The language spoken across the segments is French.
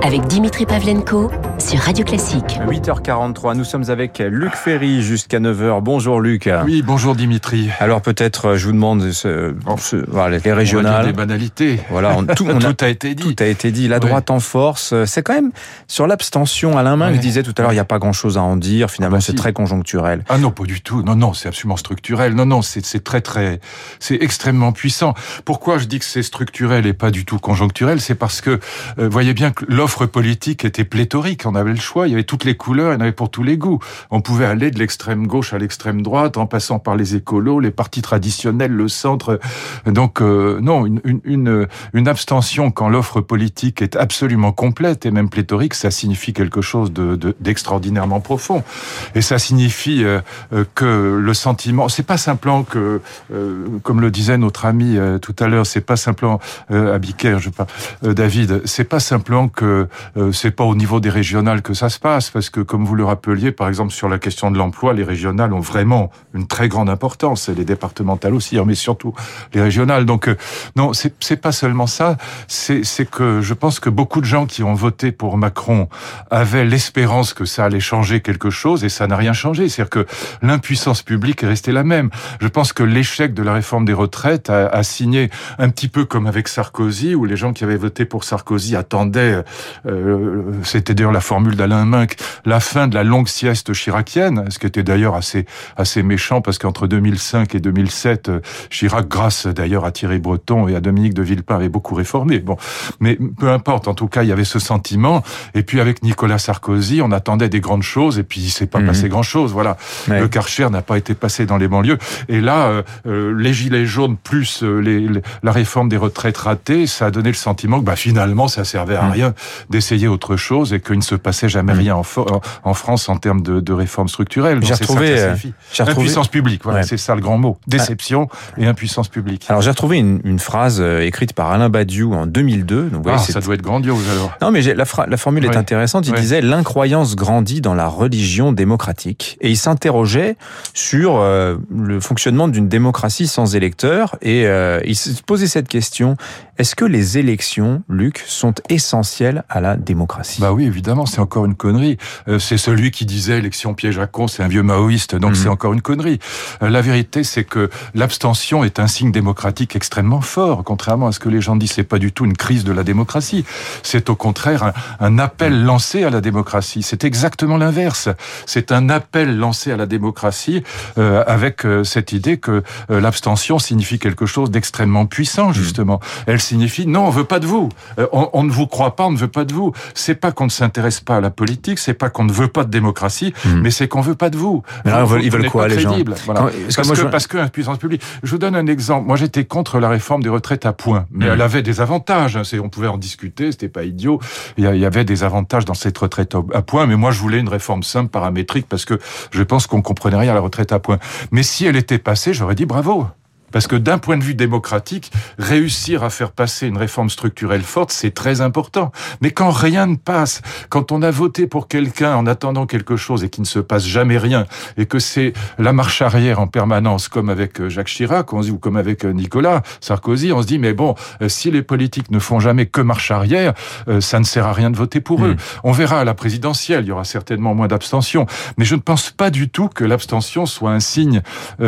avec Dimitri Pavlenko sur Radio Classique. 8h43, nous sommes avec Luc Ferry jusqu'à 9h. Bonjour Luc. Oui, bonjour Dimitri. Alors peut-être, je vous demande, voilà, les régionales. On va dire des banalités. Voilà, tout a été dit. Tout a été dit. La droite en force. C'est quand même, sur l'abstention, Alain Minc disait tout à l'heure, il n'y a pas grand-chose à en dire. Finalement, c'est très conjoncturel. Ah non, pas du tout. Non, c'est absolument structurel. Non, c'est c'est extrêmement puissant. Pourquoi je dis que c'est structurel et pas du tout conjoncturel? C'est parce que, vous voyez bien que l'offre politique était pléthorique. On avait le choix. Il y avait toutes les couleurs. Il y en avait pour tous les goûts. On pouvait aller de l'extrême gauche à l'extrême droite, en passant par les écolos, les partis traditionnels, le centre. Donc, non, une abstention quand l'offre politique est absolument complète et même pléthorique, ça signifie quelque chose d'extraordinairement profond. Et ça signifie que le sentiment, c'est pas simplement que, comme le disait notre ami tout à l'heure, c'est pas simplement à Bicaire, David, c'est pas simplement que c'est pas au niveau des régionales que ça se passe, parce que comme vous le rappeliez, par exemple sur la question de l'emploi, les régionales ont vraiment une très grande importance, et les départementales aussi, mais surtout les régionales. Donc non, c'est pas seulement ça, c'est que je pense que beaucoup de gens qui ont voté pour Macron avaient l'espérance que ça allait changer quelque chose, et ça n'a rien changé. C'est-à-dire que l'impuissance publique est restée la même. Je pense que l'échec de la réforme des retraites a signé un petit peu comme avec Sarkozy, où les gens qui avaient voté pour Sarkozy attendaient, c'était d'ailleurs la formule d'Alain Minc, la fin de la longue sieste chiracienne, ce qui était d'ailleurs assez méchant, parce qu'entre 2005 et 2007, Chirac, grâce d'ailleurs à Thierry Breton et à Dominique de Villepin, avait beaucoup réformé. Bon, mais peu importe, en tout cas, il y avait ce sentiment. Et puis avec Nicolas Sarkozy, on attendait des grandes choses, et puis il s'est pas passé grand-chose. Voilà, le Karcher n'a pas été passé dans les banlieues. Et là, les gilets jaunes plus la réforme des retraites ratée, ça a donné le sentiment que finalement, ça servait à rien d'essayer autre chose, et qu'il ne se passait jamais rien en France en termes de réforme structurelle. J'ai retrouvé impuissance publique. Voilà, c'est ça le grand mot. Déception et impuissance publique. Alors j'ai retrouvé une phrase écrite par Alain Badiou en 2002. Donc, ça doit être grandiose alors. Non, mais la formule est intéressante. Il disait: l'incroyance grandit dans la religion démocratique. Et il s'interrogeait sur le fonctionnement d'une démocratie sans électeurs. Et il se posait cette question: est-ce que les élections, Luc, sont essentielles à la démocratie? Oui, évidemment, c'est encore une connerie. C'est celui qui disait élection piège à con, c'est un vieux maoïste, donc c'est encore une connerie. La vérité, c'est que l'abstention est un signe démocratique extrêmement fort, contrairement à ce que les gens disent. C'est pas du tout une crise de la démocratie. C'est au contraire un appel lancé à la démocratie. C'est exactement l'inverse. C'est un appel lancé à la démocratie avec cette idée que l'abstention signifie quelque chose d'extrêmement puissant, justement. Elle signifie: non, on veut pas de vous. On ne vous croit pas, on ne veut pas de vous. C'est pas qu'on ne s'intéresse pas à la politique, c'est pas qu'on ne veut pas de démocratie, mais c'est qu'on veut pas de vous. Mais là, ils veulent quoi, les gens? Voilà. Parce que impuissance publique. Je vous donne un exemple. Moi, j'étais contre la réforme des retraites à points, mais elle avait des avantages. On pouvait en discuter, c'était pas idiot. Il y avait des avantages dans cette retraite à points, mais moi, je voulais une réforme simple, paramétrique, parce que je pense qu'on comprenait rien à la retraite à points. Mais si elle était passée, j'aurais dit bravo. Parce que d'un point de vue démocratique, réussir à faire passer une réforme structurelle forte, c'est très important. Mais quand rien ne passe, quand on a voté pour quelqu'un en attendant quelque chose et qu'il ne se passe jamais rien, et que c'est la marche arrière en permanence, comme avec Jacques Chirac, ou comme avec Nicolas Sarkozy, on se dit, mais bon, si les politiques ne font jamais que marche arrière, ça ne sert à rien de voter pour eux. On verra à la présidentielle, il y aura certainement moins d'abstention. Mais je ne pense pas du tout que l'abstention soit un signe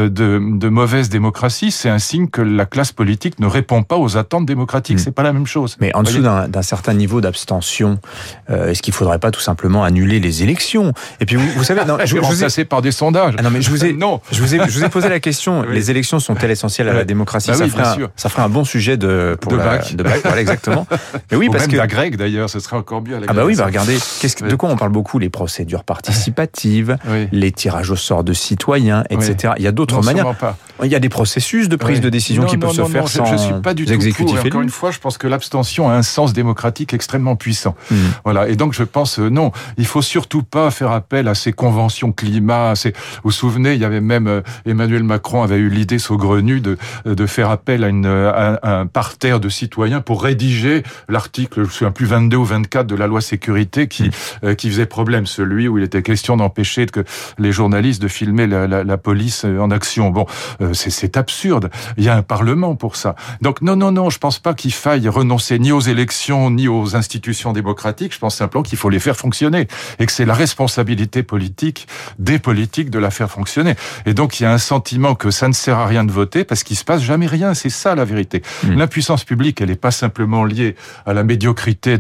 de mauvaise démocratie. C'est un signe que la classe politique ne répond pas aux attentes démocratiques. C'est pas la même chose. Mais en dessous d'un certain niveau d'abstention, est-ce qu'il faudrait pas tout simplement annuler les élections? Et puis vous savez, non, je vous ai par des sondages. Ah non, mais je vous ai posé la question. Oui. Les élections sont-elles essentielles à la démocratie? Ça ferait un bon sujet de bac. Voilà, exactement. Mais oui, ou parce même que la grecque d'ailleurs, ce serait encore mieux. Regardez, de quoi on parle beaucoup? Les procédures participatives, les tirages au sort de citoyens, etc. Il y a d'autres manières. Il y a des processus de prise de décision qui peuvent se faire sans je suis pas du tout pour. Encore une fois, je pense que l'abstention a un sens démocratique extrêmement puissant. Voilà. Et donc, je pense, non, il faut surtout pas faire appel à ces conventions climat. Vous vous souvenez, il y avait même Emmanuel Macron avait eu l'idée saugrenue de faire appel à un parterre de citoyens pour rédiger l'article, je me souviens plus, 22 ou 24 de la loi sécurité qui faisait problème, celui où il était question d'empêcher que les journalistes de filmer la police en action. Bon, c'est absurde. absurde. Il y a un Parlement pour ça. Donc non, je pense pas qu'il faille renoncer ni aux élections, ni aux institutions démocratiques. Je pense simplement qu'il faut les faire fonctionner et que c'est la responsabilité politique des politiques de la faire fonctionner. Et donc il y a un sentiment que ça ne sert à rien de voter parce qu'il se passe jamais rien. C'est ça la vérité. L'impuissance publique, elle n'est pas simplement liée à la médiocrité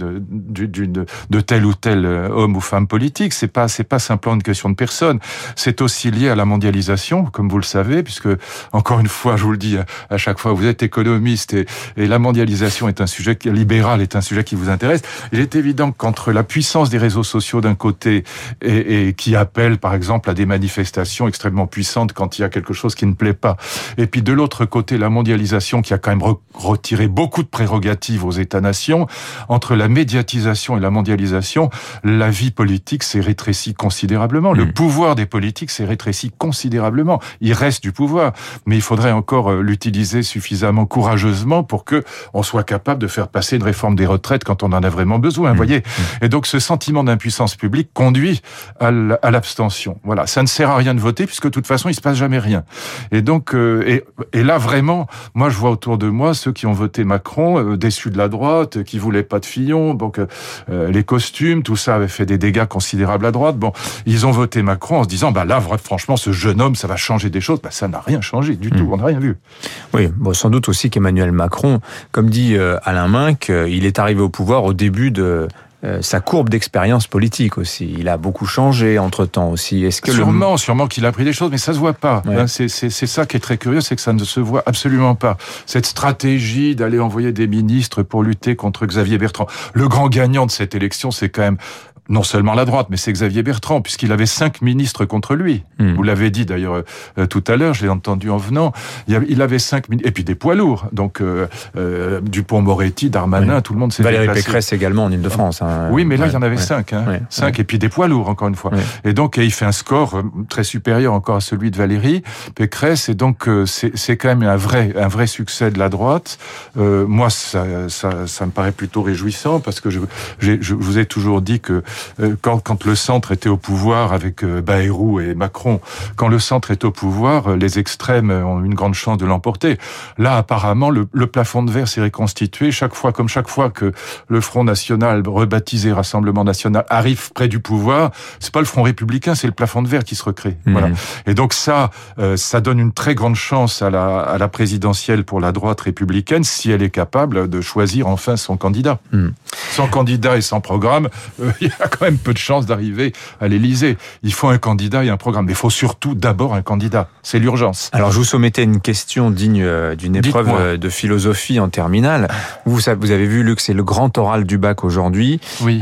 de tel ou tel homme ou femme politique. C'est pas simplement une question de personne. C'est aussi lié à la mondialisation, comme vous le savez, puisque encore une fois, je vous le dis à chaque fois, vous êtes économiste et la mondialisation est un sujet libéral, est un sujet qui vous intéresse. Il est évident qu'entre la puissance des réseaux sociaux d'un côté et qui appelle par exemple à des manifestations extrêmement puissantes quand il y a quelque chose qui ne plaît pas, et puis de l'autre côté la mondialisation qui a quand même retiré beaucoup de prérogatives aux États-nations, entre la médiatisation et la mondialisation, la vie politique s'est rétrécie considérablement. Le pouvoir des politiques s'est rétréci considérablement. Il reste du pouvoir, mais il faudrait encore l'utiliser suffisamment courageusement pour que on soit capable de faire passer une réforme des retraites quand on en a vraiment besoin, vous voyez. Et donc ce sentiment d'impuissance publique conduit à l'abstention. Voilà, ça ne sert à rien de voter puisque de toute façon il se passe jamais rien. Et donc et là vraiment, moi je vois autour de moi ceux qui ont voté Macron, déçus de la droite, qui voulaient pas de Fillon, donc les costumes, tout ça avait fait des dégâts considérables à droite. Bon, ils ont voté Macron en se disant là franchement ce jeune homme ça va changer des choses. Ça n'a rien changé du tout, on n'a rien vu. Oui, bon, sans doute aussi qu'Emmanuel Macron, comme dit Alain Minc, il est arrivé au pouvoir au début de sa courbe d'expérience politique aussi. Il a beaucoup changé entre-temps aussi. Est-ce que sûrement qu'il a appris des choses, mais ça se voit pas. Ouais. C'est ça qui est très curieux, c'est que ça ne se voit absolument pas. Cette stratégie d'aller envoyer des ministres pour lutter contre Xavier Bertrand. Le grand gagnant de cette élection, c'est quand même non seulement la droite, mais c'est Xavier Bertrand, puisqu'il avait 5 ministres contre lui. Vous l'avez dit d'ailleurs tout à l'heure, je l'ai entendu en venant. Il avait 5 ministres, et puis des poids lourds. Donc Dupond-Moretti, Darmanin, tout le monde s'est Valérie Pécresse également en Île-de-France. Oui, mais là il y en avait 5. 5 et puis des poids lourds encore une fois. Et donc il fait un score très supérieur encore à celui de Valérie Pécresse. Et donc c'est quand même un vrai succès de la droite. Moi ça me paraît plutôt réjouissant parce que je vous ai toujours dit que quand le centre était au pouvoir avec Bayrou et Macron, quand le centre est au pouvoir, les extrêmes ont une grande chance de l'emporter. Là, apparemment, le plafond de verre s'est reconstitué. Chaque fois que le Front National, rebaptisé Rassemblement National, arrive près du pouvoir, c'est pas le Front Républicain, c'est le plafond de verre qui se recrée. Voilà. Et donc ça donne une très grande chance à la présidentielle pour la droite républicaine si elle est capable de choisir enfin son candidat. Sans candidat et sans programme, il y a quand même peu de chances d'arriver à l'Élysée. Il faut un candidat et un programme. Mais il faut surtout d'abord un candidat. C'est l'urgence. Alors, je vous soumettais une question digne d'une épreuve de philosophie en terminale. Vous avez vu, Luc, c'est le grand oral du bac aujourd'hui. Oui.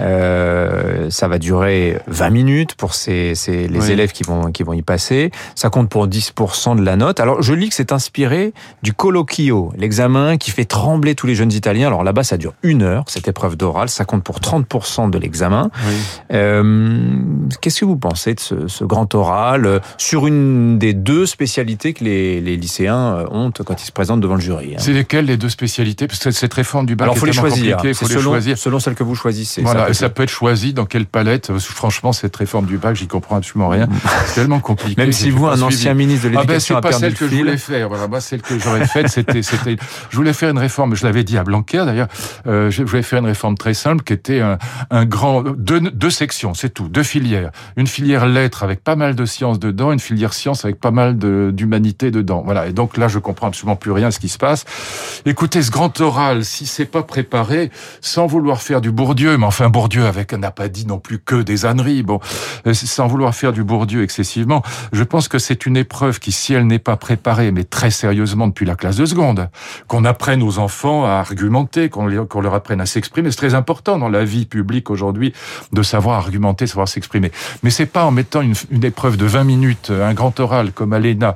Ça va durer 20 minutes pour les élèves qui vont y passer. Ça compte pour 10% de la note. Alors, je lis que c'est inspiré du colloquio, l'examen qui fait trembler tous les jeunes Italiens. Alors là-bas, ça dure 1 heure, cette épreuve d'oral. Ça compte pour 30% de l'examen. Oui. Qu'est-ce que vous pensez de ce grand oral sur une des 2 spécialités que les lycéens ont quand ils se présentent devant le jury? C'est lesquelles les 2 spécialités? Parce que cette réforme du bac est tellement compliquée. Il faut les choisir. Selon celle que vous choisissez. Voilà, ça peut être choisi dans quelle palette. Franchement, cette réforme du bac, j'y comprends absolument rien. C'est tellement compliqué. Même si vous, un ancien ministre de l'Éducation, a perdu le fil. C'est pas celle que je voulais faire. Voilà, moi, celle que j'aurais faite, c'était. Je voulais faire une réforme. Je l'avais dit à Blanquer d'ailleurs. Je voulais faire une réforme très simple qui était un grand 2 sections, c'est tout, 2 filières. Une filière lettres avec pas mal de sciences dedans, une filière sciences avec pas mal d'humanité dedans. Voilà. Et donc là, je comprends absolument plus rien à ce qui se passe. Écoutez, ce grand oral, si c'est pas préparé, sans vouloir faire du Bourdieu, mais enfin Bourdieu n'a pas dit non plus que des âneries. Bon, sans vouloir faire du Bourdieu excessivement, je pense que c'est une épreuve qui, si elle n'est pas préparée, mais très sérieusement depuis la classe de seconde, qu'on apprenne aux enfants à argumenter, qu'on leur apprenne à s'exprimer. C'est très important dans la vie publique aujourd'hui de savoir argumenter, savoir s'exprimer. Mais c'est pas en mettant une épreuve de 20 minutes, un grand oral comme à l'ENA,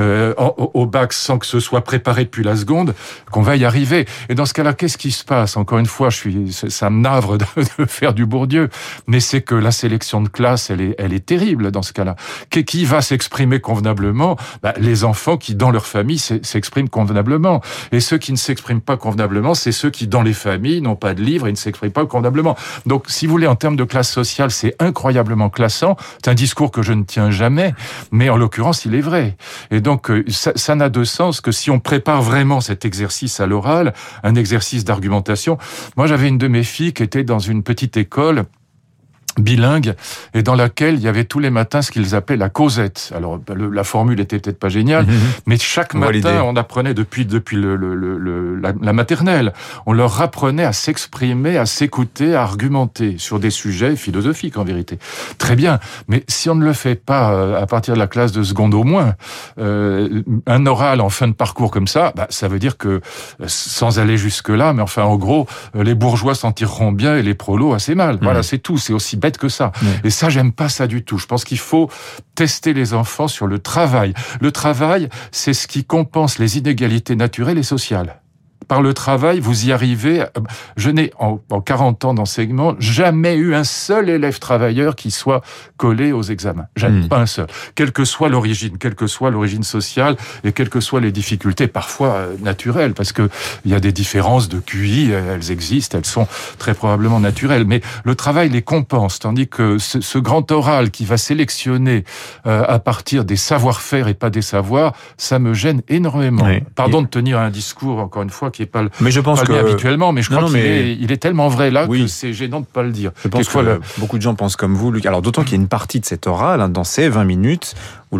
au bac sans que ce soit préparé depuis la seconde, qu'on va y arriver. Et dans ce cas-là, qu'est-ce qui se passe? Encore une fois, ça me navre de faire du Bourdieu, mais c'est que la sélection de classe, elle est terrible dans ce cas-là. Qui va s'exprimer convenablement? Les enfants qui, dans leur famille, s'expriment convenablement. Et ceux qui ne s'expriment pas convenablement, c'est ceux qui, dans les familles, n'ont pas de livres et ne s'expriment pas convenablement. Donc, si vous voulez, en termes de classe sociale, c'est incroyablement classant. C'est un discours que je ne tiens jamais, mais en l'occurrence, il est vrai. Et donc, ça n'a de sens que si on prépare vraiment cet exercice à l'oral, un exercice d'argumentation. Moi, j'avais une de mes filles qui était dans une petite école bilingue, et dans laquelle il y avait tous les matins ce qu'ils appelaient la causette. Alors, la formule était peut-être pas géniale, mais chaque matin, on apprenait depuis la maternelle, on leur apprenait à s'exprimer, à s'écouter, à argumenter sur des sujets philosophiques, en vérité. Très bien, mais si on ne le fait pas à partir de la classe de seconde au moins, un oral en fin de parcours comme ça, ça veut dire que, sans aller jusque-là, mais enfin, en gros, les bourgeois s'en tireront bien et les prolos assez mal. Voilà, c'est tout, c'est aussi bête que ça. Oui. Et ça, j'aime pas ça du tout. Je pense qu'il faut tester les enfants sur le travail. Le travail, c'est ce qui compense les inégalités naturelles et sociales. Par le travail, vous y arrivez. Je n'ai, en 40 ans d'enseignement, jamais eu un seul élève travailleur qui soit collé aux examens. Jamais, pas un seul. Quelle que soit l'origine sociale et quelles que soient les difficultés, parfois naturelles, parce que il y a des différences de QI, elles existent, elles sont très probablement naturelles. Mais le travail les compense, tandis que ce grand oral qui va sélectionner à partir des savoir-faire et pas des savoirs, ça me gêne énormément. Oui. Pardon de tenir un discours, encore une fois, qui est pas le, mais je pense que habituellement, mais je crois qu'il est tellement vrai là que c'est gênant de pas le dire. Je pense que beaucoup de gens pensent comme vous, Luc. Alors d'autant qu'il y a une partie de cet oral, dans ces 20 minutes, où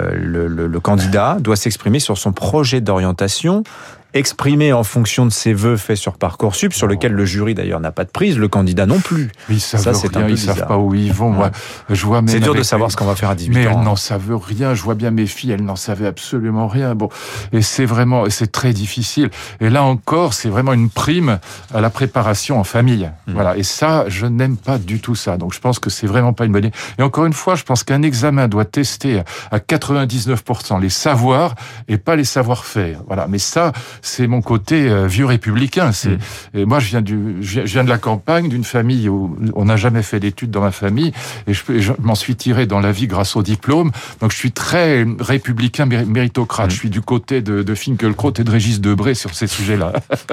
le candidat doit s'exprimer sur son projet d'orientation, exprimé en fonction de ses vœux faits sur Parcoursup, sur lequel le jury d'ailleurs n'a pas de prise, le candidat non plus. Mais ils savent rien, ils savent pas où ils vont. Moi, je vois c'est dur de savoir ce qu'on va faire à 18 ans. Mais elles n'en savent rien. Je vois bien mes filles, elles n'en savaient absolument rien. Bon, et c'est très difficile. Et là encore, c'est vraiment une prime à la préparation en famille. Voilà. Et ça, je n'aime pas du tout ça. Donc je pense que c'est vraiment pas une bonne idée. Et encore une fois, je pense qu'un examen doit tester à 99% les savoirs et pas les savoir-faire. Voilà. Mais ça, c'est mon côté vieux républicain. Et moi, je viens de la campagne, d'une famille où on n'a jamais fait d'études dans ma famille, et je m'en suis tiré dans la vie grâce au diplôme. Donc, je suis très républicain méritocrate. Je suis du côté de Finkielkraut et de Régis Debray sur ces sujets-là.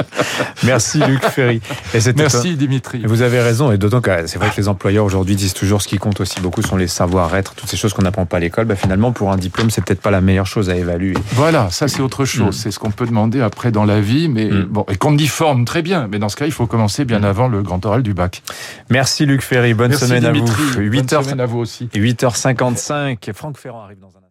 Merci Luc Ferry. Merci Dimitri. Vous avez raison, et d'autant que c'est vrai que les employeurs aujourd'hui disent toujours ce qui compte aussi beaucoup sont les savoir-être, toutes ces choses qu'on n'apprend pas à l'école. Finalement, pour un diplôme, c'est peut-être pas la meilleure chose à évaluer. Voilà, ça c'est autre chose. C'est ce qu'on peut demander après dans la vie, mais bon, et qu'on y forme très bien. Mais dans ce cas, il faut commencer bien avant le grand oral du bac. Merci Luc Ferry, bonne semaine Dimitri. à vous. Bonne semaine à vous aussi. 8h55, Franck Ferrand arrive dans un